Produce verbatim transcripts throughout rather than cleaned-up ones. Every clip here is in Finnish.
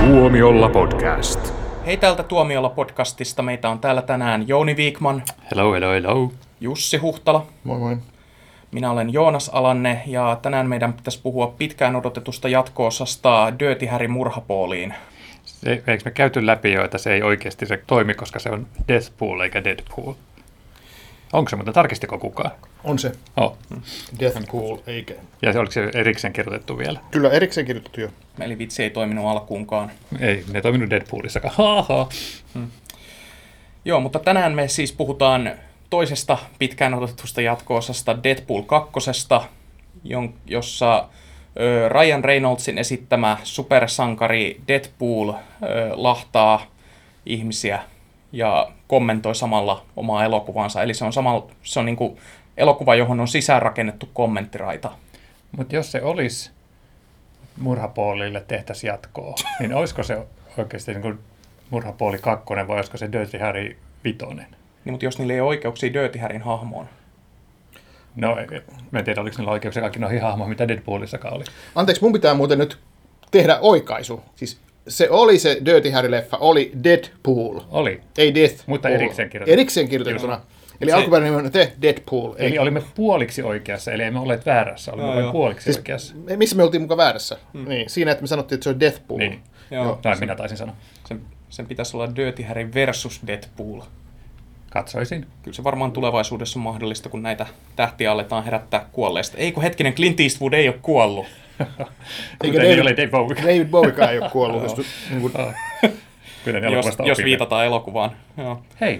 Tuomiolla podcast. Hei täältä Tuomiolla podcastista. Meitä on täällä tänään Jouni Viikman. Hello, hello, hello. Jussi Huhtala. Moi moi. Minä olen Joonas Alanne ja tänään meidän pitäisi puhua pitkään odotetusta jatko-osasta Dirty Harry murhapooliin. Se, eikö me käyty läpi jo, että se ei oikeasti se toimi, koska se on Deathpool eikä Deadpool? Onko se, mutta tarkistiko kukaan? On se. Oh. Deathpool, eikä. Ja se oliko se erikseen kirjoitettu vielä? Kyllä, erikseen kirjoitettu jo. Eli vitsi ei toiminut alkuunkaan. Ei, ne ei toiminut Deadpoolissakaan. Ha-ha. Hmm. Joo, mutta tänään me siis puhutaan toisesta pitkään odotetusta jatko-osasta Deadpool kakkosesta, jossa ö, Ryan Reynoldsin esittämä supersankari Deadpool ö, lahtaa ihmisiä ja kommentoi samalla omaa elokuvaansa. Eli se on, samalla, se on niin kuin elokuva, johon on sisäänrakennettu kommenttiraita. Mutta jos se olisi murhapoolille tehtäisiin jatkoa, niin olisiko se oikeasti niin kuin murhapooli kakkonen vai olisiko se Dirty Harry vitonen? Niin, mutta jos niillä ei ole oikeuksia Dirty Harryn hahmoon. No, mä en tiedä, oliko niillä oikeuksia kaikki noihin hahmoihin, mitä Deadpoolissakaan oli. Anteeksi, mun pitää muuten nyt tehdä oikaisu. Siis se oli se Dirty Harry-leffa, oli Deadpool. Oli. Ei Deathpool. Mutta erikseen kirjoitettuna. Erikseen kirjoitettuna. Eli se, alkuperäinen nimi on The Deadpool. Eli ei. Olimme puoliksi oikeassa, eli emme olleet väärässä, olimme no, vain puoliksi siis, oikeassa. Missä me oltiin mukaan väärässä? Hmm. Niin, siinä, että me sanottiin, että se on Deathpool. Niin. Joo. Näin minä taisin sanoa. Sen, sen pitäisi olla Dirty Harry versus Deadpool. Katsoisin. Kyllä se varmaan tulevaisuudessa on mahdollista, kun näitä tähtiä aletaan herättää kuolleista. Ei kun hetkinen, Clint Eastwood ei ole kuollut. Eikä David, ole Dave Bowie. David Bowiekaan ei ole kuollut. jos, niin kuin... jos, jos viitataan elokuvaan. Joo. Hei.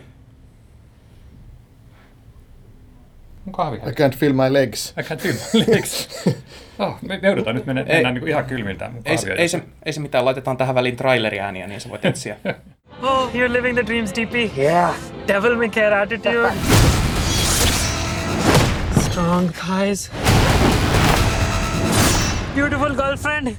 Mun kahvi. I can't feel my legs. I can't feel my legs. Oh, me joudutaan nyt mennä, mennään niin kuin ihan kylmiltään mun ei, se, ei, se, ei se mitään, laitetaan tähän väliin traileriääniä, niin sä voit etsiä. Oh, you're living the dreams, D P. Yeah. Devil may care attitude. Strong thighs. Beautiful girlfriend.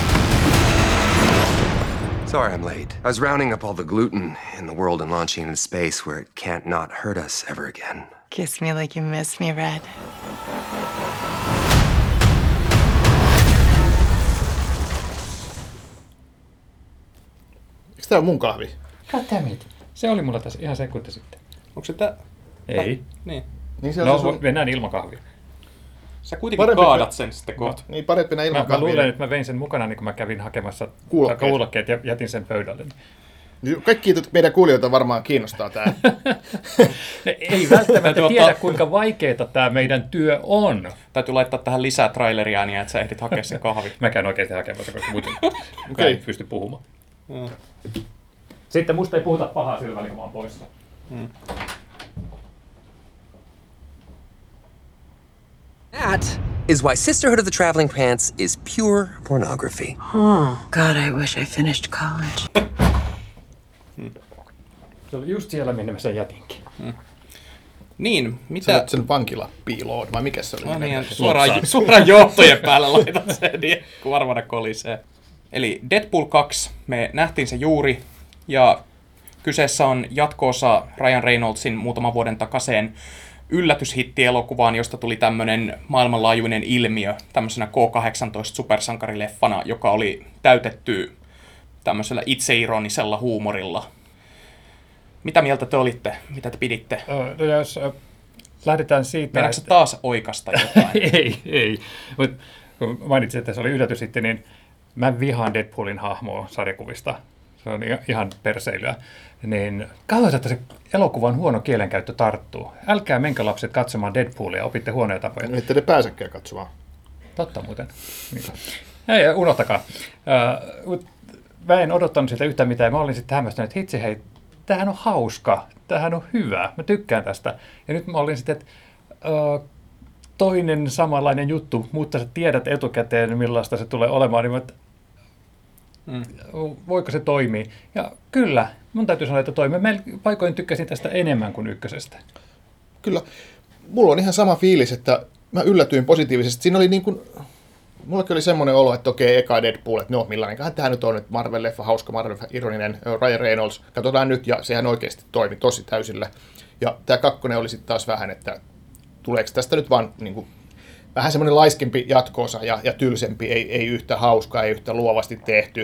Sorry I'm late. I was rounding up all the gluten in the world and launching into space where it can't not hurt us ever again. Kiss me like you miss me, Red. Eikö tää ole mun kahvi? Goddammit. Se oli mulla tässä ihan sekunti sitten. Onko se tää? Ei. Äh, niin. niin no, sun... mennään ilman kahvia. Sä kuitenkin parempi kaadat sen sitten kohta. Niin, parempi mennään ilman mä, kahvia. Mä luulen, että mä vein sen mukana, niin kun mä kävin hakemassa kuulokkeet, kuulokkeet ja jätin sen pöydälle. Kaikki meidän kuulijoita varmaan kiinnostaa tää. Ei välttämättä tiedä, kuinka vaikeaa tämä meidän työ on. Täytyy laittaa tähän lisää traileriääniä, että sä ehdit hakea sen kahvi. Mä käyn oikeasti hakemassa, koska muuten okay. ei pysty puhumaan. Mm. Sitten musta ei puhuta pahaa sillä välin, kun mä oon poissa. Mm. That is why Sisterhood of the Traveling Pants is pure pornography. Oh, God, I wish I finished college. Se oli just siellä, minne mä sen jätinkin. Hmm. Niin, mitä... Sä olet sen vankila piiloon, vai mikä se oli? No niin, suoraan, suoraan johtojen päälle laitat sen, niin kun varmana kolisee. Eli Deadpool kaksi, me nähtiin se juuri, ja kyseessä on jatko-osa Ryan Reynoldsin muutaman vuoden takaiseen yllätyshitti-elokuvaan, josta tuli tämmöinen maailmanlaajuinen ilmiö tämmöisenä K kahdeksantoista supersankarileffana, joka oli täytetty tämmöisellä itseironisella huumorilla. Mitä mieltä te olitte? Mitä te piditte? No, jos äh, lähdetään siitä... Meinaatko että... taas oikasta jotain? ei, ei. Mutta kun mainitsin, että se oli yllätys sitten, niin mä vihaan Deadpoolin hahmoa sarjakuvista. Se on ihan perseilyä. Niin katsotaan, että se elokuvan huono kielenkäyttö tarttuu. Älkää menkö lapset katsomaan Deadpoolia, opitte huonoja tapoja. No, ette te pääsekään katsomaan. Totta muuten. Niin. Ei, unohtakaa. Uh, mä en odottanut siltä yhtään mitään. Mä olin sitten hämmästynyt, että hitsi hei, tämähän on hauska, tämähän on hyvä, mä tykkään tästä. Ja nyt mä olin sitten, että uh, toinen samanlainen juttu, mutta sä tiedät etukäteen, millaista se tulee olemaan, niin mä, että mm. voiko se toimia? Ja kyllä, mun täytyy sanoa, että toimii. Mä paikoin tykkäsin tästä enemmän kuin ykkösestä. Kyllä. Mulla on ihan sama fiilis, että mä yllätyin positiivisesti. Siinä oli niin kuin... Mullakin oli semmoinen olo, että okei, eka Deadpool, että no millainenkaan tämä nyt on, että Marvel-leffa, hauska Marvel, ironinen Ryan Reynolds, katsotaan nyt, ja sehän oikeasti toimi tosi täysillä. Ja tämä kakkonen oli sitten taas vähän, että tuleeko tästä nyt vaan niin kuin, vähän semmoinen laiskempi jatkoosa ja, ja tylsempi, ei, ei yhtä hauskaa, ei yhtä luovasti tehty.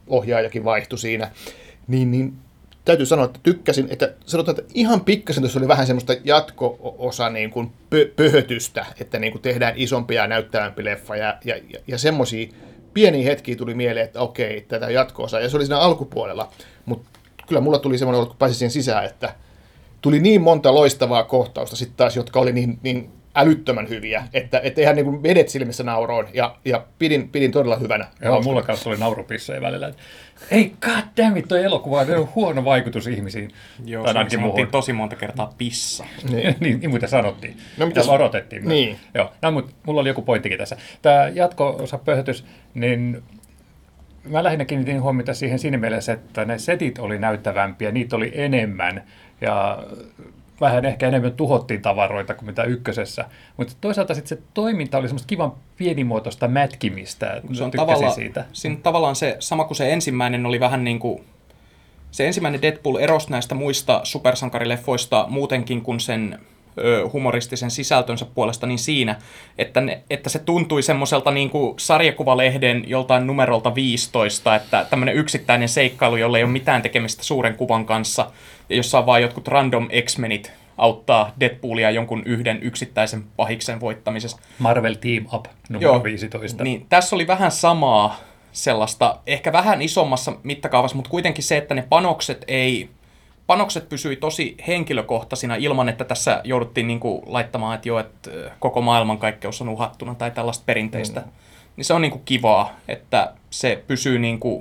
ohjaajakin vaihtui siinä, niin, niin täytyy sanoa, että tykkäsin, että sanotaan, että ihan pikkasen tuossa oli vähän semmoista jatko-osa niin kuin pö- pöhötystä, että niin kuin tehdään isompia ja näyttävämpi leffa, ja, ja, ja, ja semmoisia pieniä hetkiä tuli mieleen, että okei, tätä jatko-osa, ja se oli siinä alkupuolella, mutta kyllä mulla tuli semmoinen olo, kun pääsin siihen sisään, että tuli niin monta loistavaa kohtausta sitten taas, jotka oli niin, niin älyttömän hyviä, että et eihän niin vedet silmissä nauroon, ja, ja pidin, pidin todella hyvänä. Joo, mulla kanssa oli naurupissoja välillä. Ei, goddammit, toi elokuva on huono vaikutus ihmisiin. Joo, tai se ainakin sanottiin muuhun. tosi monta kertaa pissa. niin, niin muuten sanottiin. No, mitäs- ja odotettiin myös. Niin. Joo, no, mutta mulla oli joku pointtikin tässä. Tämä jatko-osa pöhötys, niin mä lähinnä kiinnitin huomiota siihen siinä mielessä, että ne setit oli näyttävämpiä, niitä oli enemmän ja vähän ehkä enemmän tuhottiin tavaroita kuin mitä ykkösessä. Mutta toisaalta sitten se toiminta oli semmoista kivan pienimuotoista mätkimistä. Se on Tykkäsin tavallaan, siitä. siinä tavallaan se sama kuin se ensimmäinen oli vähän niin kuin, se ensimmäinen Deadpool erosi näistä muista supersankarileffoista muutenkin kuin sen ö, humoristisen sisältönsä puolesta, niin siinä, että, ne, että se tuntui semmoiselta niin kuin sarjakuvalehden joltain numerolta viisitoista, että tämmöinen yksittäinen seikkailu, jolla ei ole mitään tekemistä suuren kuvan kanssa, ja jossa on vaan jotkut random X-menit auttaa Deadpoolia jonkun yhden yksittäisen pahiksen voittamisessa. Marvel Team Up numero Joo, viisitoista. niin tässä oli vähän samaa sellaista, ehkä vähän isommassa mittakaavassa, mutta kuitenkin se, että ne panokset ei, panokset pysyi tosi henkilökohtaisina ilman, että tässä jouduttiin niinku laittamaan, että joo, että koko maailmankaikkeus on uhattuna tai tällaista perinteistä. Mm. Niin se on niinku kivaa, että se pysyy niinku,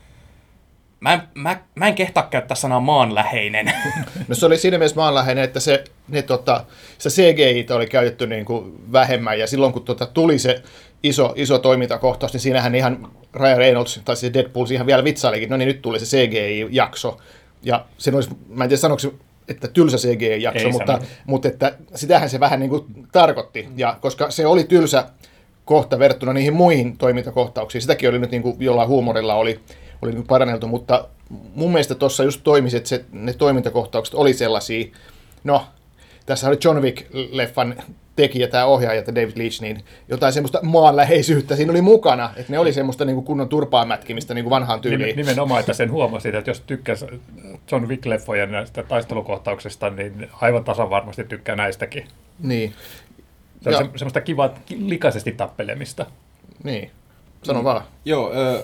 mä en, mä, mä en kehtaa käyttää sanaa maanläheinen. No se oli siinä mielessä maanläheinen, että se, ne, tota, se C G I oli käytetty niin kuin vähemmän, ja silloin kun tota, tuli se iso, iso toimintakohtaus, niin siinähän ihan Ryan Reynolds, tai se Deadpool, siihen vielä vitsailikin, no niin nyt tuli se C G I-jakso, ja sen olisi, mä en tiedä sanoiko se, että tylsä C G I-jakso, Ei mutta, sano. mutta että sitähän se vähän niin kuin tarkoitti, ja koska se oli tylsä kohta verrattuna niihin muihin toimintakohtauksiin, sitäkin oli nyt niin kuin jollain huumorilla oli, oli niin paranneltu, mutta mun mielestä tuossa just toimisi, että se, ne toimintakohtaukset oli sellaisia, no, tässä oli John Wick-leffan tekijä, tämä ohjaaja, tämä David Leitch, niin jotain semmoista maanläheisyyttä siinä oli mukana, että ne oli semmoista niin kuin kunnon turpaa mätkimistä niin kuin vanhaan tyyliin. Nimenomaan, että sen huomasit, että jos tykkäsi John Wick-leffojen näistä taistelukohtauksista, niin aivan tasan varmasti tykkää näistäkin. Niin. Se on Ja, se, semmoista kivaa likaisesti tappelemista. niin, sano vaan. Joo, öö,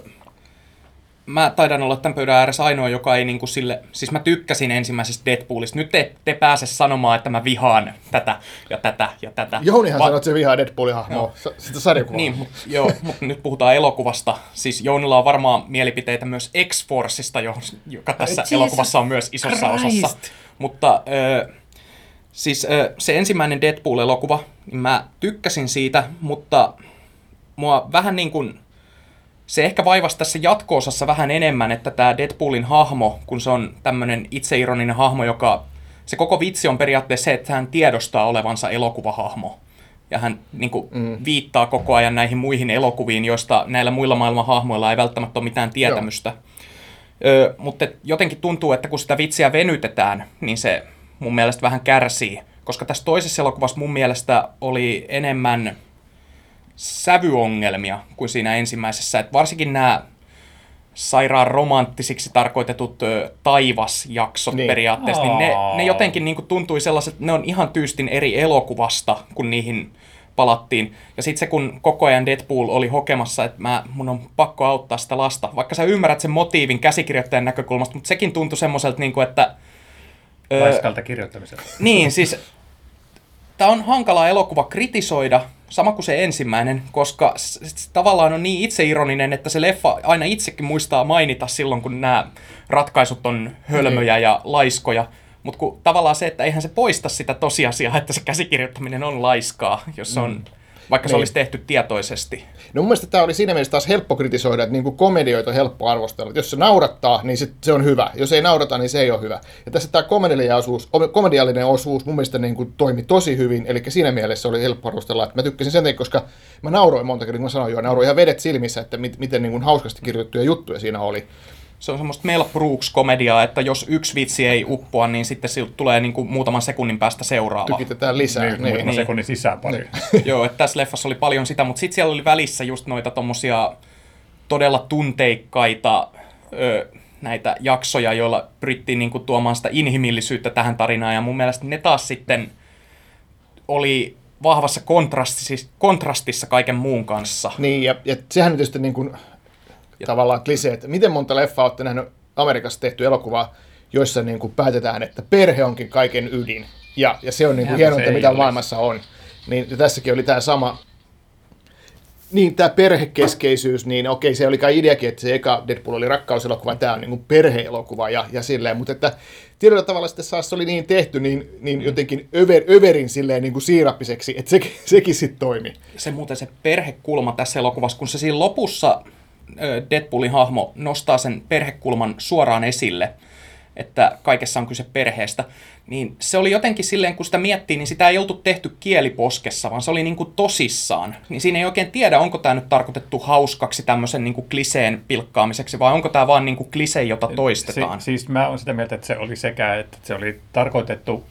mä taidan olla tämän pöydän ääressä ainoa, joka ei niinku sille, siis mä tykkäsin ensimmäisestä Deadpoolista. Nyt te, te pääse sanomaan, että mä vihaan tätä ja tätä ja tätä. Jounihan Va- sanoi, että se vihaa Deadpoolin hahmoa, sitä sarjakuvaa. Niin, mut, joo, mutta nyt puhutaan elokuvasta. Siis Jounilla on varmaan mielipiteitä myös X-Forceista, jo- joka tässä Jesus elokuvassa on myös isossa Christ. osassa. Mutta ö, siis ö, se ensimmäinen Deadpool-elokuva, niin mä tykkäsin siitä, mutta mua vähän niin kuin, se ehkä vaivasi tässä jatko-osassa vähän enemmän, että tämä Deadpoolin hahmo, kun se on tämmöinen itseironinen hahmo, joka, se koko vitsi on periaatteessa se, että hän tiedostaa olevansa elokuvahahmo. Ja hän niin kuin, mm. viittaa koko ajan näihin muihin elokuviin, joista näillä muilla maailman hahmoilla ei välttämättä ole mitään tietämystä. Ö, mutta jotenkin tuntuu, että kun sitä vitsiä venytetään, niin se mun mielestä vähän kärsii. Koska tässä toisessa elokuvassa mun mielestä oli enemmän sävyongelmia kuin siinä ensimmäisessä. Et varsinkin nämä sairaan romanttisiksi tarkoitetut ö, taivasjaksot Niin. periaatteessa, niin ne, ne jotenkin niin kuin tuntui sellaiset, että ne on ihan tyystin eri elokuvasta, kun niihin palattiin. Ja sitten se, kun koko ajan Deadpool oli hokemassa, että mä, mun on pakko auttaa sitä lasta, vaikka sä ymmärrät sen motiivin käsikirjoittajan näkökulmasta, mutta sekin tuntui semmoiselta, niin kuin, että ö, Laiskalta kirjoittamisella. niin, siis tämä on hankala elokuva kritisoida, sama kuin se ensimmäinen, koska s- s- tavallaan on niin itseironinen, että se leffa aina itsekin muistaa mainita silloin, kun nämä ratkaisut on hölmöjä ja laiskoja. Mutta tavallaan se, että eihän se poista sitä tosiasiaa, että se käsikirjoittaminen on laiskaa, jos se on, vaikka se Niin. olisi tehty tietoisesti. No mun mielestä tämä oli siinä mielessä taas helppo kritisoida, että niin kuin komedioita on helppo arvostella. Jos se naurattaa, niin se, se on hyvä. Jos ei naurata, niin se ei ole hyvä. Ja tässä tämä komediallinen osuus, komediallinen osuus mun mielestä niin kuin toimi tosi hyvin, eli siinä mielessä oli helppo arvostella. Että mä tykkäsin sen takia, koska mä nauroin monta kertaa, niin kuin mä sanoin jo, nauroin ihan vedet silmissä, että mit, miten niin kuin hauskasti kirjoitettuja juttuja siinä oli. Se on semmoista Mel Brooks-komediaa, että jos yksi vitsi ei uppoa, niin sitten siltä tulee niin kuin muutaman sekunnin päästä seuraava. Tykitetään lisää. Niin, Niin, muutaman niin. sekunnin sisään pari. Joo, että tässä leffassa oli paljon sitä, mutta sitten siellä oli välissä just noita tommosia todella tunteikkaita ö, näitä jaksoja, joilla pyrittiin niin kuin tuomaan sitä inhimillisyyttä tähän tarinaan, ja mun mielestä ne taas sitten oli vahvassa kontrastissa, kontrastissa kaiken muun kanssa. Niin, ja, ja sehän on tietysti niin kuin, tavallaan klisee, että miten monta leffaa olette nähnyt Amerikassa tehty elokuvaa, joissa niin kuin päätetään, että perhe onkin kaiken ydin, ja, ja se on niin kuin hienointa, mitä olisi. Maailmassa on. Niin tässäkin oli tämä sama, niin tämä perhekeskeisyys, niin okei, se oli kai ideakin, että se eka Deadpool oli rakkauselokuva, tämä on niin kuin perhe-elokuva ja, ja silleen, mutta että tietyllä tavalla sitten saas oli niin tehty, niin, niin jotenkin över, överin silleen niin kuin siirappiseksi, että se, sekin sitten toimi. Se muuten se perhekulma tässä elokuvassa, kun se siinä lopussa Deadpoolin hahmo nostaa sen perhekulman suoraan esille, että kaikessa on kyse perheestä, niin se oli jotenkin silleen, kun sitä miettii, niin sitä ei oltu tehty kieliposkessa, vaan se oli niin kuin tosissaan. Niin siinä ei oikein tiedä, onko tämä nyt tarkoitettu hauskaksi tämmöisen niin kuin kliseen pilkkaamiseksi, vai onko tämä vaan niin kuin klise, jota toistetaan. Si- siis mä olen sitä mieltä, että se oli sekä, että se oli tarkoitettu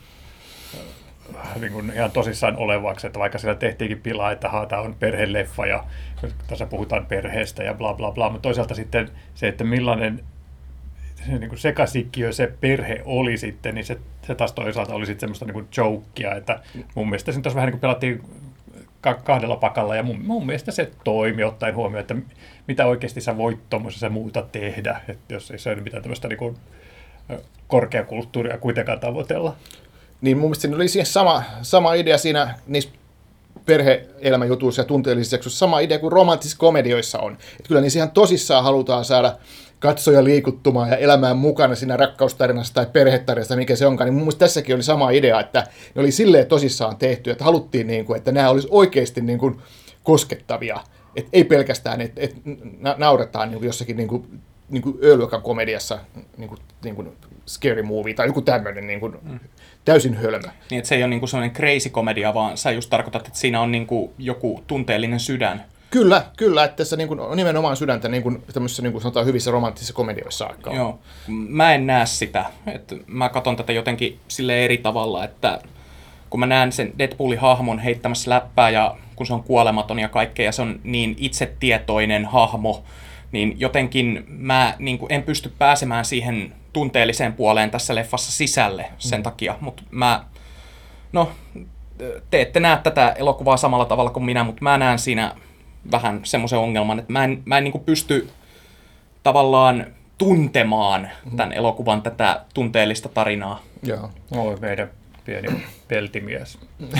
niin kuin ihan tosissaan olevaksi, että vaikka siellä tehtiinkin pilaa, että tämä on perheleffa ja tässä puhutaan perheestä ja bla bla bla, mutta toisaalta sitten se, että millainen se niin kuin sekasikkiö se perhe oli sitten, niin se, se taas toisaalta oli sitten semmoista niin kuin jokea, että mun mielestä se taas vähän niin kuin pelattiin ka- kahdella pakalla, ja mun, mun mielestä se toimi ottaen huomioon, että mitä oikeasti sä voit tuommoisessa muuta tehdä, että jos ei se ole mitään tämmöistä niin kuin korkeakulttuuria kuitenkaan tavoitella. Niin mun mielestä siinä oli siihen sama, sama idea siinä niissä perhe-elämäjutuissa ja tunteellisissa jaksoissa, sama idea kuin romanttisissa komedioissa on. Että kyllä niissä ihan tosissaan halutaan saada katsoja liikuttumaan ja elämään mukana siinä rakkaustarinassa tai perhetarinassa, mikä se onkaan, niin mun mielestä tässäkin oli sama idea, että ne oli silleen tosissaan tehty, että haluttiin, niin kuin, että nämä olisi oikeasti niin kuin koskettavia, että ei pelkästään, että, että nauretaan niin kuin jossakin niin kuin, niin kuin öljykan komediassa, niin kuin, niin kuin scary movie tai joku tämmöinen niin kuin mm. täysin hölmö. Niin, että se ei ole niin kuin sellainen crazy komedia, vaan sä just tarkoitat, että siinä on niin kuin joku tunteellinen sydän. Kyllä, kyllä, että tässä niin kuin on nimenomaan sydäntä niin kuin tämmöisissä niin kuin sanotaan hyvissä romanttisissa komedioissa aikaa. Joo, mä en näe sitä. Että mä katson tätä jotenkin sille eri tavalla, että kun mä näen sen Deadpoolin hahmon heittämässä läppää ja kun se on kuolematon ja kaikkea ja se on niin itsetietoinen hahmo, niin jotenkin mä niin kuin en pysty pääsemään siihen tunteelliseen puoleen tässä leffassa sisälle sen mm. takia, mutta mä, no te ette näe tätä elokuvaa samalla tavalla kuin minä, mutta mä näen siinä vähän semmoisen ongelman, että mä en, mä en niin kuin pysty tavallaan tuntemaan tämän elokuvan tätä tunteellista tarinaa. Joo. Oi, meidän pieni peltimies.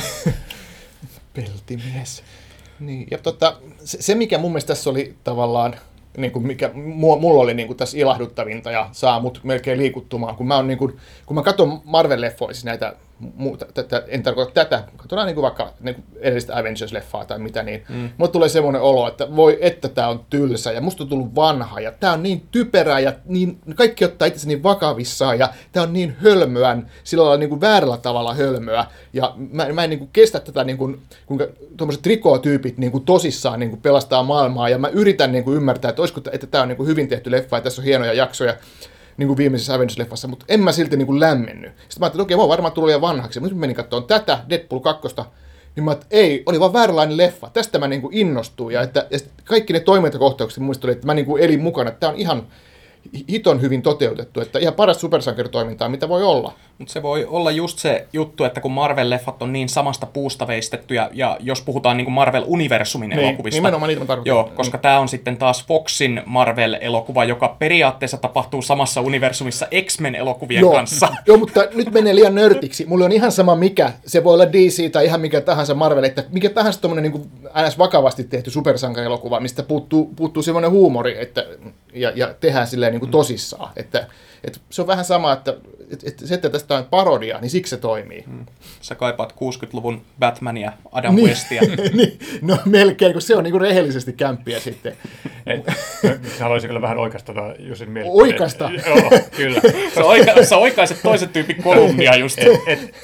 Peltimies. Niin, ja tota, se, se, mikä mun mielestä tässä oli tavallaan, niin kuin mikä mulla oli niin kuin tässä ilahduttavinta ja saa mut melkein liikuttumaan, kun mä, on, niin kuin, kun mä katson Marvel-leffoja, siis näitä, muuta, tätä, en tarkoita tätä, katsotaan niin kuin vaikka niin kuin edellistä Avengers-leffaa tai mitä, niin mm. mulle tulee semmoinen olo, että voi, että tää on tylsä ja musta on tullut vanha ja tää on niin typerää ja niin, kaikki ottaa itse niin vakavissaan ja tää on niin hölmöä, sillä lailla niin kuin väärällä tavalla hölmöä ja mä, mä en niin kuin kestä tätä, niin kuin, kuinka tuommoiset trikotyypit niin kuin tosissaan niin kuin pelastaa maailmaa ja mä yritän niin kuin ymmärtää, että olisiko, että tää on niin kuin hyvin tehty leffa ja tässä on hienoja jaksoja, niin kuin viimeisessä Avengers-leffassa, mutta en mä silti niin kuin lämmennyt. Sitten mä ajattelin, että okei, mä oon varmaan tullut liian vanhaksi. Mutta mä menin katsomaan tätä, Deadpool kaksi, niin mä ajattelin, ei, oli vaan vääränlainen leffa. Tästä mä niin kuin innostuin. Ja, että, ja kaikki ne toimintakohtaukset mun mielestä oli, että mä niin kuin elin mukana. Tämä on ihan hiton hyvin toteutettu, että ihan paras supersankaritoimintaa, mitä voi olla. Mutta se voi olla just se juttu, että kun Marvel-leffat on niin samasta puusta veistetty, ja, ja jos puhutaan niin kuin Marvel-universumin niin, elokuvista. Nimenomaan niitä mä tarkoitan. Joo, koska niin. Tämä on sitten taas Foxin Marvel-elokuva, joka periaatteessa tapahtuu samassa universumissa X-Men-elokuvien joo, kanssa. Joo, mutta nyt menee liian nörtiksi. Mulla on ihan sama mikä, se voi olla D C tai ihan mikä tahansa Marvel, että mikä tahansa tommonen niin kuin ns. Vakavasti tehty supersankarielokuva, mistä puuttuu, puuttuu semmoinen huumori, että, ja, ja tehdään silleen niin kuin tosissaan. Että, että se on vähän sama, että, että, että se, että tästä on parodia, niin siksi se toimii. Hmm. Sä kaipaat kuusikymmentäluvun Batmania, Adam niin, Westia. niin, no melkein, kun se on niin kuin rehellisesti kämppiä sitten. Et, haluaisin kyllä vähän oikaista tuota Jusin mielipiteet. Oikaista? Joo, kyllä. Sä, oika, sä oikaiset toisen tyypin kolumnia just. Et, et,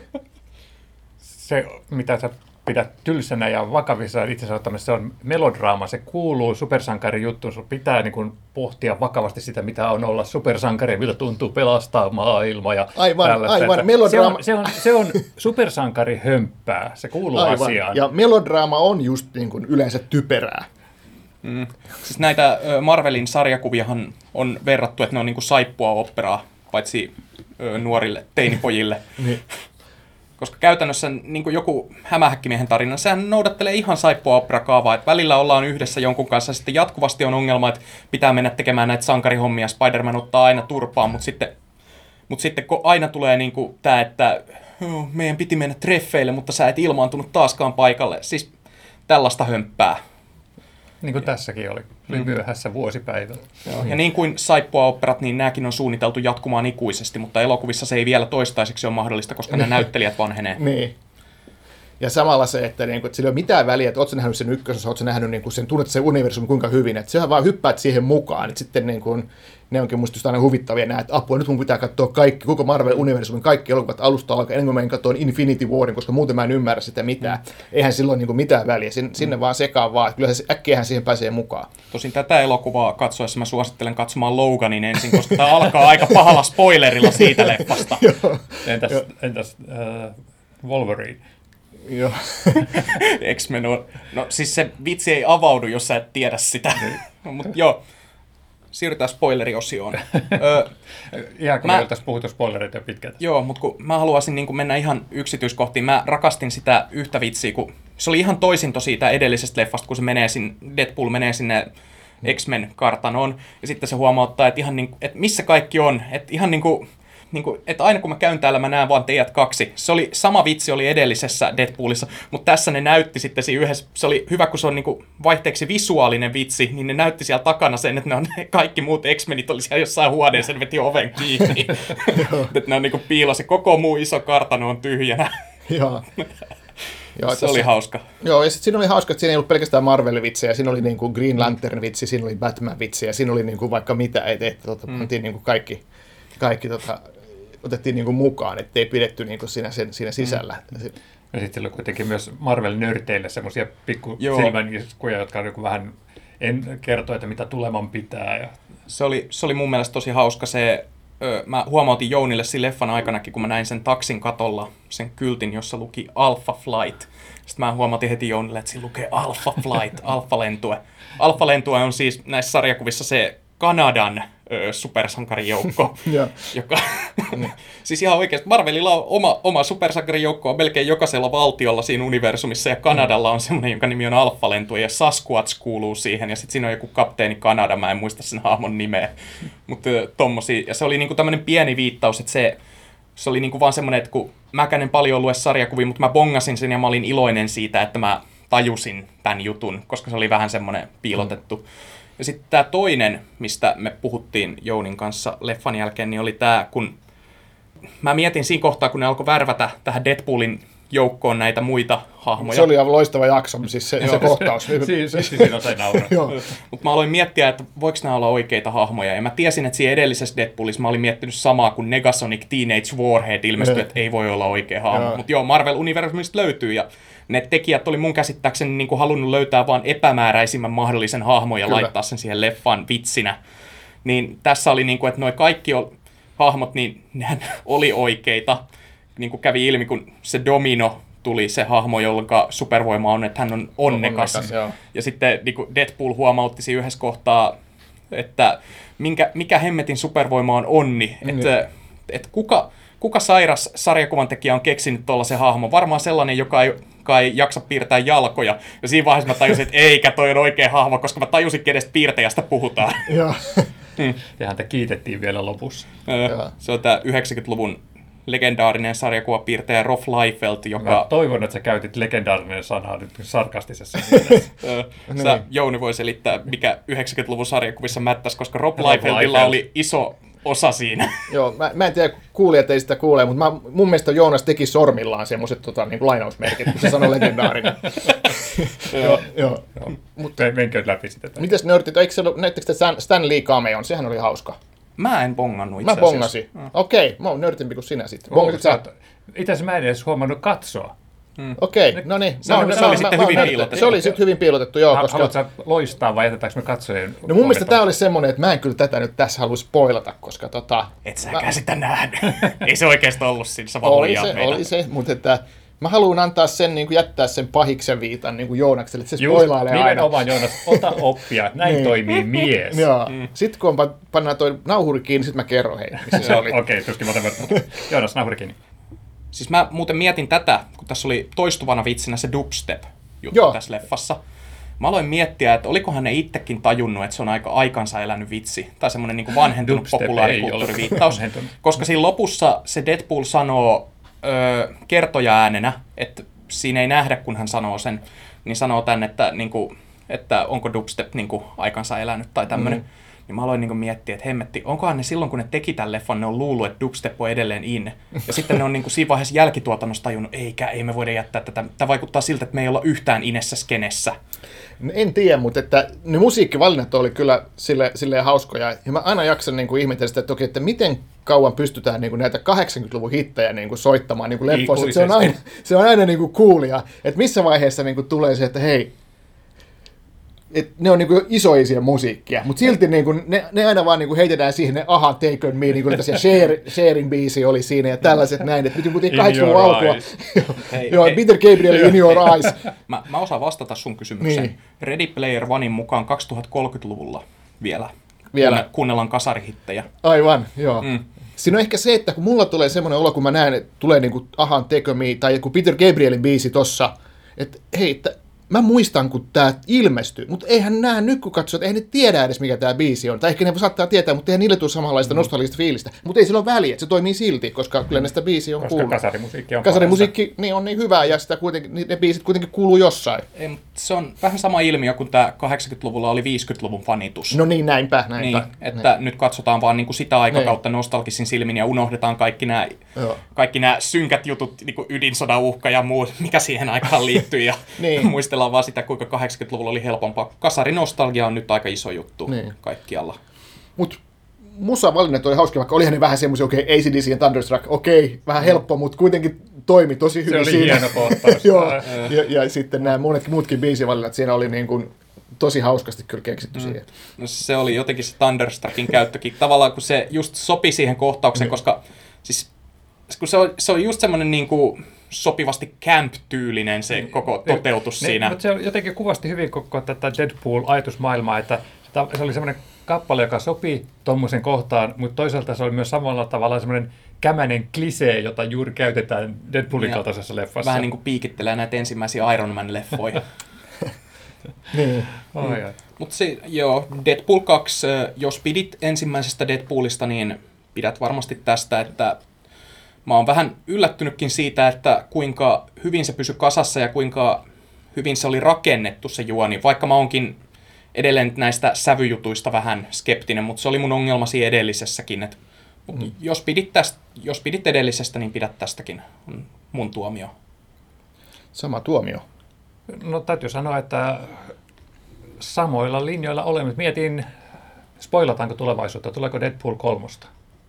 se, mitä sä pidät tylsänä ja vakavissa itse ottamisessa, se on melodraama, se kuuluu supersankarin juttuun, sun pitää niin kuin pohtia vakavasti sitä, mitä on olla supersankari, miltä tuntuu pelastaa maailma ja aivan, tällaista. aivan, melodraama. Se on, se on, se on supersankari hömppää, se kuuluu aivan. asiaan. Ja melodraama on just niin kuin yleensä typerää. Mm. Siis näitä Marvelin sarjakuviahan on verrattu, että ne on niinku saippua operaa, paitsi ö, nuorille teinipojille. Niin. Koska käytännössä niin kuin joku hämähäkkimiehen tarina, sehän noudattelee ihan saippua operakaavaa, että välillä ollaan yhdessä jonkun kanssa, sitten jatkuvasti on ongelma, että pitää mennä tekemään näitä sankarihommia, Spider-Man ottaa aina turpaan, mutta sitten, mutta sitten kun aina tulee niin kuin tämä, että meidän piti mennä treffeille, mutta sä et ilmaantunut taaskaan paikalle, siis tällaista hömppää. Niin kuin tässäkin oli, oli myöhässä vuosipäivällä. Joo. Ja niin kuin saippua-operat, niin nämäkin on suunniteltu jatkumaan ikuisesti, mutta elokuvissa se ei vielä toistaiseksi ole mahdollista, koska nämä näyttelijät vanhenee. Niin. Ja samalla se, että, niin kuin, että sillä ei ole mitään väliä, että ootko nähnyt sen ykkösessä, ootko nähnyt niin kuin sen, tunnet sen universumin kuinka hyvin, että sehän vaan hyppäät siihen mukaan, että sitten niin kuin, ne onkin musta just aina huvittavia nämä, että apua, nyt mun pitää katsoa kaikki, koko Marvel-universumin kaikki elokuvat alusta alkaen, ennen kuin mä en katsoa Infinity Warin, koska muuten mä en ymmärrä sitä mitään. Mm. Eihän silloin niin kuin mitään väliä, sinne, mm. sinne vaan sekaan vaan, että kyllähän se, äkkiähän siihen pääsee mukaan. Tosin tätä elokuvaa katsoessa mä suosittelen katsomaan Loganin ensin, koska tämä alkaa aika pahalla spoilerilla siitä leffasta. entäs entäs äh, Wolverine? Joo. X-Men on... No siis se vitsi ei avaudu, jos sä et tiedä sitä. No, mutta joo, siirrytään spoileriosioon. Öö, ihan kun mä... me oltaisiin puhuttu spoilereita jo pitkään. Joo, mutta kun mä haluaisin niin kun mennä ihan yksityiskohtiin. Mä rakastin sitä yhtä vitsiä, kun se oli ihan toisinto siitä edellisestä leffasta, kun se menee sinne, Deadpool menee sinne X-Men-kartanoon, ja sitten se huomauttaa, että, ihan niin, että missä kaikki on. Että ihan niin kuin... Niin kuin, että aina kun mä käyn täällä, mä näen vaan teidät kaksi. Se oli, sama vitsi oli edellisessä Deadpoolissa, mutta tässä ne näytti sitten siinä yhdessä. Se oli hyvä, kun se on niin kuin vaihteeksi visuaalinen vitsi, niin ne näytti siellä takana sen, että ne on kaikki muut X-Menit oli siellä jossain huoneessa, ne veti oven kiinni. Että ne on niin kuin piilossa. Koko muu iso kartano on tyhjänä. Joo. Joo, se oli hauska. Joo, ja sitten siinä oli hauska, että siinä ei ollut pelkästään Marvel-vitsejä, siinä oli niin kuin Green Lantern-vitsi, siinä oli Batman-vitsi, ja siinä oli niin kuin vaikka mitä, että et, tota, mm. niin kuin kaikki, kaikki tota, otettiin niin kuin mukaan, ettei pidetty niin kuin siinä, sen, siinä sisällä. Mm. Ja sitten oli kuitenkin myös Marvel-nörteille semmoisia pikku silmäniskuja, jotka niin vähän en kertoi, että mitä tuleman pitää. Ja... Se, oli, se oli mun mielestä tosi hauska se, ö, mä huomautin Jounille siinä leffan aikanakin, kun mä näin sen taksin katolla, sen kyltin, jossa luki Alpha Flight. Sitten mä huomautin heti Jounille, että siinä lukee Alpha Flight, Alpha-lentue. Alpha-lentue on siis näissä sarjakuvissa se Kanadan ö, supersankarijoukko, joka... siis ihan oikeasti, Marvelilla on oma, oma supersankarijoukko on melkein jokaisella valtiolla siinä universumissa, ja Kanadalla on semmoinen, jonka nimi on Alpha-lentue, ja Sasquatch kuuluu siihen, ja sitten siinä on joku kapteeni Kanada, mä en muista sen hahmon nimeä, mutta tommosia, ja se oli niinku tämmöinen pieni viittaus, että se, se oli niinku vaan semmoinen, että kun mäkään en paljon lue sarjakuvia, mutta mä bongasin sen, ja mä olin iloinen siitä, että mä tajusin tämän jutun, koska se oli vähän semmoinen piilotettu. Mm. Ja sitten tämä toinen, mistä me puhuttiin Jounin kanssa leffan jälkeen, niin oli tämä, kun mä mietin siinä kohtaa, kun ne alkoi värvätä tähän Deadpoolin joukkoon näitä muita hahmoja. Se oli aivan loistava jakso, siis se, se kohtaus. Siinä siinä on se nauraa. Mutta mä aloin miettiä, että voiko nämä olla oikeita hahmoja. Ja mä tiesin, että siinä edellisessä Deadpoolissa mä olin miettinyt samaa, kun Negasonic Teenage Warhead ilmestyi, että ei voi olla oikea hahmo. Mutta joo, Marvel-universumista löytyy ja ne tekijät oli mun käsittääkseni niin kuin halunnut löytää vaan epämääräisimmän mahdollisen hahmon ja Kyllä. laittaa sen siihen leffan vitsinä. Niin tässä oli niin kuin, että noi kaikki hahmot, niin nehän oli oikeita. Niin kuin kävi ilmi, kun se Domino tuli se hahmo, jonka supervoima on, että hän on onnekas. onnekas ja sitten niin kuin Deadpool huomautti siinä yhdessä kohtaa, että minkä, mikä hemmetin supervoima on onni. Mm. Että et kuka, kuka sairas sarjakuvan tekijä on keksinyt tuollaisen hahmon? Varmaan sellainen, joka ei, joka ei jaksa piirtää jalkoja. Ja siinä vaiheessa mä tajusin, että eikä toi on oikea hahmo, koska mä tajusin, kenestä piirtäjästä puhutaan. Joo. mm. Ja häntä kiitettiin vielä lopussa. Se on tämä yhdeksänkymmentäluvun legendaarinen sarjakuvapiirtäjä Rolf Liefeld, joka... Mä toivon, että sä käytit legendaarinen sanaa nyt sarkastisessa mielessä. Sä, Jouni voi selittää, mikä yhdeksänkymmentäluvun sarjakuvissa mättäisi, koska Rob Liefeldilla oli iso osa siinä. Joo, mä, mä en tiedä, kuulijat ei sitä kuule, mutta mä, mun mielestä Joonas teki sormillaan semmoiset tota, niin lainausmerkit, kun se sanoi legendaarinen. joo, joo. joo. Mutta menkö läpi sitä. Mites nörtit, eikö se ollut, näittekö te Stan Lee cameon? Sehän oli hauska. Mä en bongannut itse Mä bongasin. Mm. Okei, okay, mä oon nörtimpi kuin sinä sitten. Bongasit sä? Itse asiassa mä en edes huomannut katsoa. Mm. Okei, okay, no niin. Se, no, se, se oli sitten hyvin piilotettu. Se oli sitten hyvin piilotettu, joo. Koska... Haluatko sä loistaa vai jätetäänkö me katsojien? No mun mielestä tää oli semmonen, että mä en kyllä tätä nyt tässä halua spoilata, koska tota... Et säkään mä... sitä nähnyt. Ei se oikeastaan ollut siinä, sä vaan Oli se, oli se, mutta että Mä haluan antaa sen, niin kuin jättää sen pahiksen viitan niin kuin Joonakselle, että se Just, spoilailee aina. nimenomaan Joonas, ota oppia, näin Niin. toimii mies. Joo. Mm. Sitten kun on pa- pannaan toi nauhuri kiinni, sit mä kerron heille, missä se oli. Okei, tuskin mä otan, mutta Joonas, nauhuri kiinni. Siis mä muuten mietin tätä, kun tässä oli toistuvana vitsinä se dubstep-juttu Joo. tässä leffassa. Mä aloin miettiä, että olikohan ne itsekin tajunnut, että se on aika aikansa elänyt vitsi. Tai semmoinen niin kuin vanhentunut Dubstep ei populaarikulttuuriviittaus. ole vanhentunut. Koska siinä lopussa se Deadpool sanoo ö, kertoja-äänenä, että siinä ei nähdä, kun hän sanoo sen, niin sanoo tän, että, niin kuin, että onko dubstep niin kuin aikansa elänyt tai tämmöinen. Mm. Niin mä aloin niin kuin miettiä, että hemmetti, onkohan ne silloin, kun ne teki tämän leffan, ne on luullut, että dubstep on edelleen in. Ja sitten ne on niin kuin siinä vaiheessa jälkituotannossa tajunnut, eikä, ei me voida jättää tätä. Tämä vaikuttaa siltä, että me ei olla yhtään inessä skenessä. En tiedä, mutta että ne musiikkivalinnat oli kyllä sille, silleen hauskoja. Ja mä aina jaksan niin kuin ihmetellä sitä toki, että miten kauan pystytään niin kuin näitä kahdeksankymmentäluvun hittejä niin kuin soittamaan niin kuin leffoissa. Se on aina, se on aina niin kuin coolia. Että missä vaiheessa niin kuin tulee se, että hei, et ne on niinku isoisia musiikkia, mutta silti niinku ne, ne aina vaan niinku heitetään siihen, ne aha, Take On Me, niinku share, Sharing biisi oli siinä ja tällaiset näin, että nyt kuitenkin kahdeksankymmentäluvun alkua. Hei, Joo, hei. Peter Gabriel in your eyes. Mä, mä osaan vastata sun kysymykseen. Niin. Ready Player Onein mukaan kaksituhattakolmekymmentäluvulla vielä. Vielä. Kuunne- Kuunnellaan kasarihittejä. Aivan, joo. Mm. Siinä on ehkä se, että kun mulla tulee semmoinen olo, kun mä näen, että tulee niinku ahan Take On Me tai joku Peter Gabrielin biisi tossa, että hei, että mä muistan, kun tää ilmestyi, mutta eihän nää nykykatsojat, eihän ne tiedä edes, mikä tää biisi on. Tai ehkä ne saattaa tietää, mutta eihän niille tule samanlaista nostalgista fiilistä. Mutta ei sillä ole väliä, että se toimii silti, koska kyllä näistä biisiä on Koska kuullut. kasarimusiikki on Kasarimusiikki niin on niin hyvää ja sitä kuitenkin, ne biisit kuitenkin kuuluu jossain. Ei, mut se on vähän sama ilmiö kuin tämä kahdeksankymmentäluvulla oli viisikymmentäluvun fanitus. No niin, näinpä, näinpä. Niin, että niin. nyt katsotaan vaan niinku sitä aikakautta nostalgisin silmin ja unohdetaan kaikki nämä Joo. kaikki nämä synkät jutut, niinku ydinsodan uhka ja muu, mikä siihen aikaan liittyy. Ja Niin. muistellaan vaan sitä, kuinka kahdeksankymmentäluvulla oli helpompaa. Kasarinostalgia on nyt aika iso juttu Niin. kaikkialla. Mut musavalinnat oli hauska, vaikka olihan ne vähän semmoisia, okei, okay, A C D C ja Thunderstruck, okei, okay, vähän helppo, mutta kuitenkin toimi tosi hyvin oli siinä. hieno kohtaus. Joo, ja, ja sitten nämä monetkin muutkin biisivalinnat, siinä oli niin kuin tosi hauskasti kyllä keksitty mm. siihen. No se oli jotenkin se Thunderstruckin käyttökin tavallaan, kun se just sopi siihen kohtaukseen, mm. koska siis kun se on, se on just semmoinen niin kuin sopivasti camp-tyylinen se koko toteutus ne, siinä. Mutta se jotenkin kuvasti hyvin koko tätä Deadpool-ajatusmaailmaa, että se oli semmoinen kappale, joka sopii tuommoisen kohtaan, mutta toisaalta se oli myös samalla tavalla semmoinen kämänen klisee, jota juuri käytetään Deadpoolin kaltaisessa leffassa. Vähän niin kuin piikittelee näitä ensimmäisiä Iron Man-leffoja. Niin. Oh, mm. Mutta se, joo, Deadpool kaksi, jos pidit ensimmäisestä Deadpoolista, niin pidät varmasti tästä, että mä oon vähän yllättynytkin siitä, että kuinka hyvin se pysyi kasassa ja kuinka hyvin se oli rakennettu se juoni, vaikka mä oonkin edelleen näistä sävyjutuista vähän skeptinen, mutta se oli mun ongelma siinä edellisessäkin, että mm. jos, pidit tästä, jos pidit edellisestä, niin pidät tästäkin, on mun tuomio. Sama tuomio. No täytyy sanoa, että samoilla linjoilla olemme. Mietin, spoilataanko tulevaisuutta, tuleeko Deadpool kolmosta?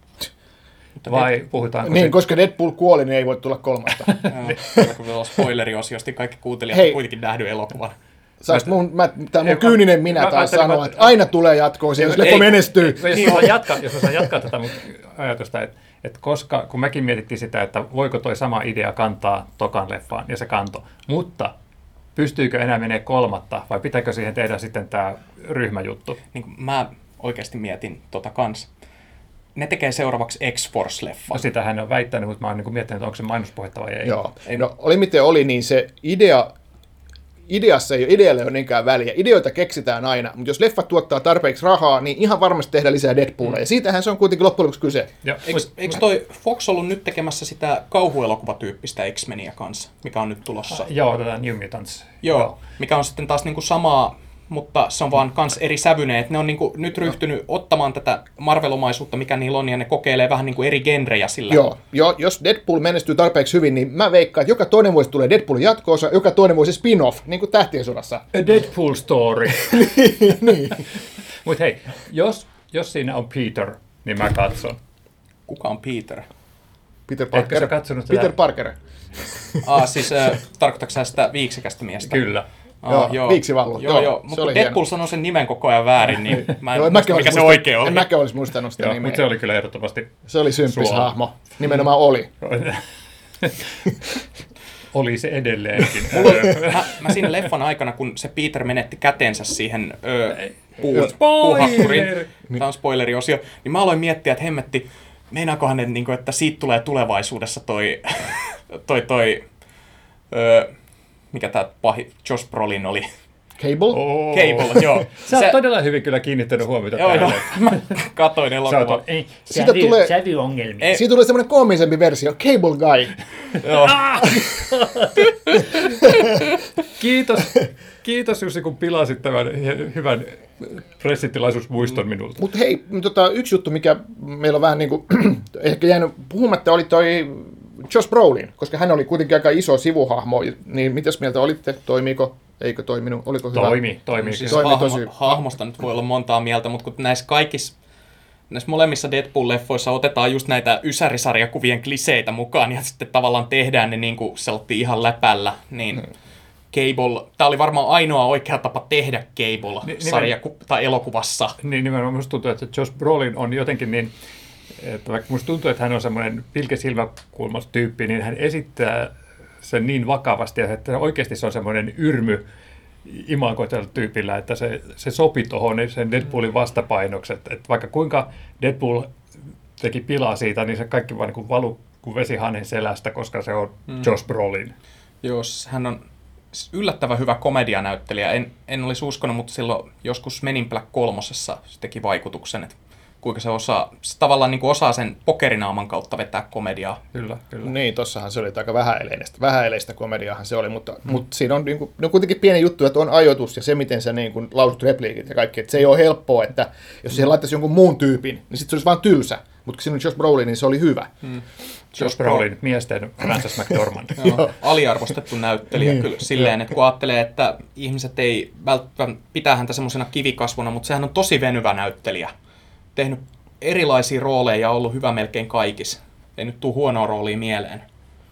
Vai puhutaanko Niin, se... koska Deadpool kuoli, niin ei voi tulla kolmasta. Joo, kun vielä on spoileriosiosti kaikki kuuntelijat Hei. on kuitenkin nähnyt elokuvan. Saas mun, mä, tää mun Ei, kyyninen minä mä- taas mä ajattelin, sanoa, mä- että aina tulee jatkoa siihen, jos Ei, leffa menestyy. Jos mä saan jatkaa, jos mä saan jatkaa tätä mun ajatusta, että, että koska, kun mekin mietittiin sitä, että voiko toi sama idea kantaa tokan leffaan, ja se kanto, mutta pystyykö enää menee kolmatta, vai pitääkö siihen tehdä sitten tämä ryhmäjuttu? Niin kuin mä oikeasti mietin tota kans. Ne tekee seuraavaksi X-Force-leffan. No sitähän ne on väittänyt, mutta mä oon niin miettinyt, että onko se mainospuhetta vai ei. Joo. No, oli miten oli, niin se idea, ideassa ei ole, idealle ole niinkään väliä. Ideoita keksitään aina, mutta jos leffa tuottaa tarpeeksi rahaa, niin ihan varmasti tehdään lisää Deadpoolia. Mm. Ja siitähän se on kuitenkin loppujen lopuksi kyse. Ja, Eikö, eikö toi Fox ollut nyt tekemässä sitä kauhuelokuvatyyppistä X-Meniä kanssa, mikä on nyt tulossa? Joo, tätä New Mutants. Joo, Joo. Mikä on sitten taas niinku samaa, mutta se on vaan kans eri sävyinen, että ne on niinku nyt ryhtynyt ottamaan tätä Marvel-omaisuutta, mikä niillä on, ja ne kokeilee vähän niinku eri genrejä sillä. Joo, jo, jos Deadpool menestyy tarpeeksi hyvin, niin mä veikkaan, että joka toinen vuosi tulee Deadpoolin jatko-osa, joka toinen vuosi spin-off, niin kuin Tähtien sodassa. A Deadpool story. niin. Mutta hei, jos, jos siinä on Peter, niin mä katson. Kuka on Peter? Peter Etkö sä Parker. katsonut tätä? Peter Parker. Ah, siis äh, tarkoitatko sä sitä viiksekästä miestä? Kyllä. Ah, Joo, viiksivallu. Joo, Joo, joo. se mutta oli Deadpool hieno. sanoi sen nimen koko ajan väärin, niin mä en Joo, en muista, mäkään mikä olisi se muistanut- oikein oli. En mäkään olisi muistanut sitä Joo, nimeä. mutta se oli kyllä ehdottomasti. Se oli symppis Suo. hahmo. Nimenomaan oli. oli se edelleenkin. mä, mä siinä leffan aikana, kun se Peter menetti kätensä siihen ö, puun, Spoiler! puuhakkuriin, tämä on spoileriosio, niin mä aloin miettiä, että hemmetti, meinaakohan ne, niin kuin, että siitä tulee tulevaisuudessa toi, toi, toi ö, mikä tää pahi, Josh Brolin oli. Cable? Oh. Cable, joo. Sä oot todella hyvin kyllä kiinnittänyt huomiota Joo, tähän. joo. Mä katoin elokuvan. Ei, Siitä sävy, tulee- sävyongelmia. Ei. Siitä tulee semmoinen koomisempi versio, Cable Guy. Joo. Kiitos, kiitos Jussi, kun pilasit tämän hy- hyvän pressitilaisuusmuiston minulta. Mutta hei, tota, yksi juttu, mikä meillä on vähän niin kuin, ehkä jäänyt puhumatta, oli toi Josh Brolin, koska hän oli kuitenkin aika iso sivuhahmo, niin mitäs mieltä olitte? Toimiiko? Eikö toiminut? Oliko hyvä? Toimi, toimi. Siis Toimi hahmo, tosi- hahmosta nyt voi olla montaa mieltä, mutta kun näissä kaikissa, näissä molemmissa Deadpool-leffoissa otetaan just näitä ysärisarjakuvien kliseitä mukaan ja sitten tavallaan tehdään ne niin kuin seltti ihan läpällä, niin hmm. Cable, tämä oli varmaan ainoa oikea tapa tehdä Cable-sarja tai elokuvassa. Niin nimenomaan musta tuntuu, että Josh Brolin on jotenkin niin, että vaikka musta tuntuu, että hän on semmoinen pilkesilmäkulmas tyyppi, niin hän esittää sen niin vakavasti, että oikeasti se on semmoinen yrmy imago tällä tyypillä, että se, se sopi tuohon sen Deadpoolin vastapainokset. Että vaikka kuinka Deadpool teki pilaa siitä, niin se kaikki vaan niin kuin valu kuin vesi hanen selästä, koska se on mm. Josh Brolin. Jos hän on yllättävän hyvä komedianäyttelijä, en, en olisi uskonut, mutta silloin joskus Men in Black kolmosessa se teki vaikutuksen, että kuinka se osaa, se tavallaan niin kuin osaa sen pokerinaaman kautta vetää komediaa. Kyllä, kyllä. Niin, tossahan se oli aika vähäeleistä, vähäeleistä komediaahan se oli, mutta, mm. mutta siinä on, niin kuin, no kuitenkin pieni juttu, että on ajoitus ja se, miten sä niin kuin lausut repliikit ja kaikki, että se ei ole helppoa, että jos siihen laittaisi jonkun muun tyypin, niin sitten se olisi vaan tylsä, mutta kun siinä on Josh Brolin, niin se oli hyvä. Mm. Josh Brolin, miesten Frances McDormand. Joo, aliarvostettu näyttelijä kyllä silleen, että kun ajattelee, että ihmiset ei välttämättä pitää häntä semmoisena kivikasvona, mutta sehän on tosi venyvä näyttelijä. Tehnyt erilaisia rooleja ja ollut hyvä melkein kaikissa. Ei nyt tule huonoa roolia mieleen.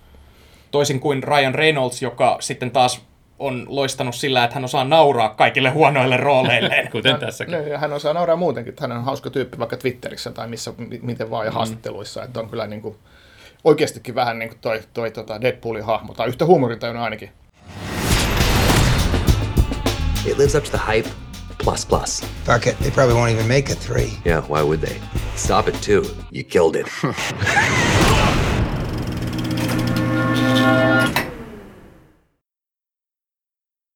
Toisin kuin Ryan Reynolds, joka sitten taas on loistanut sillä, että hän osaa nauraa kaikille huonoille rooleilleen. Kuten tässäkin. No, ja hän osaa nauraa muutenkin, että hän on hauska tyyppi vaikka Twitterissä tai missä, miten vaan ja haastatteluissa, että on kyllä niin kuin, oikeastikin vähän niin kuin toi, toi tota Deadpoolin hahmo, tai yhtä huumorintajuna ainakin. It lives up to the hype, plus plus. Fuck it, they probably won't even make a three. Yeah, why would they? Stop it too. You killed it.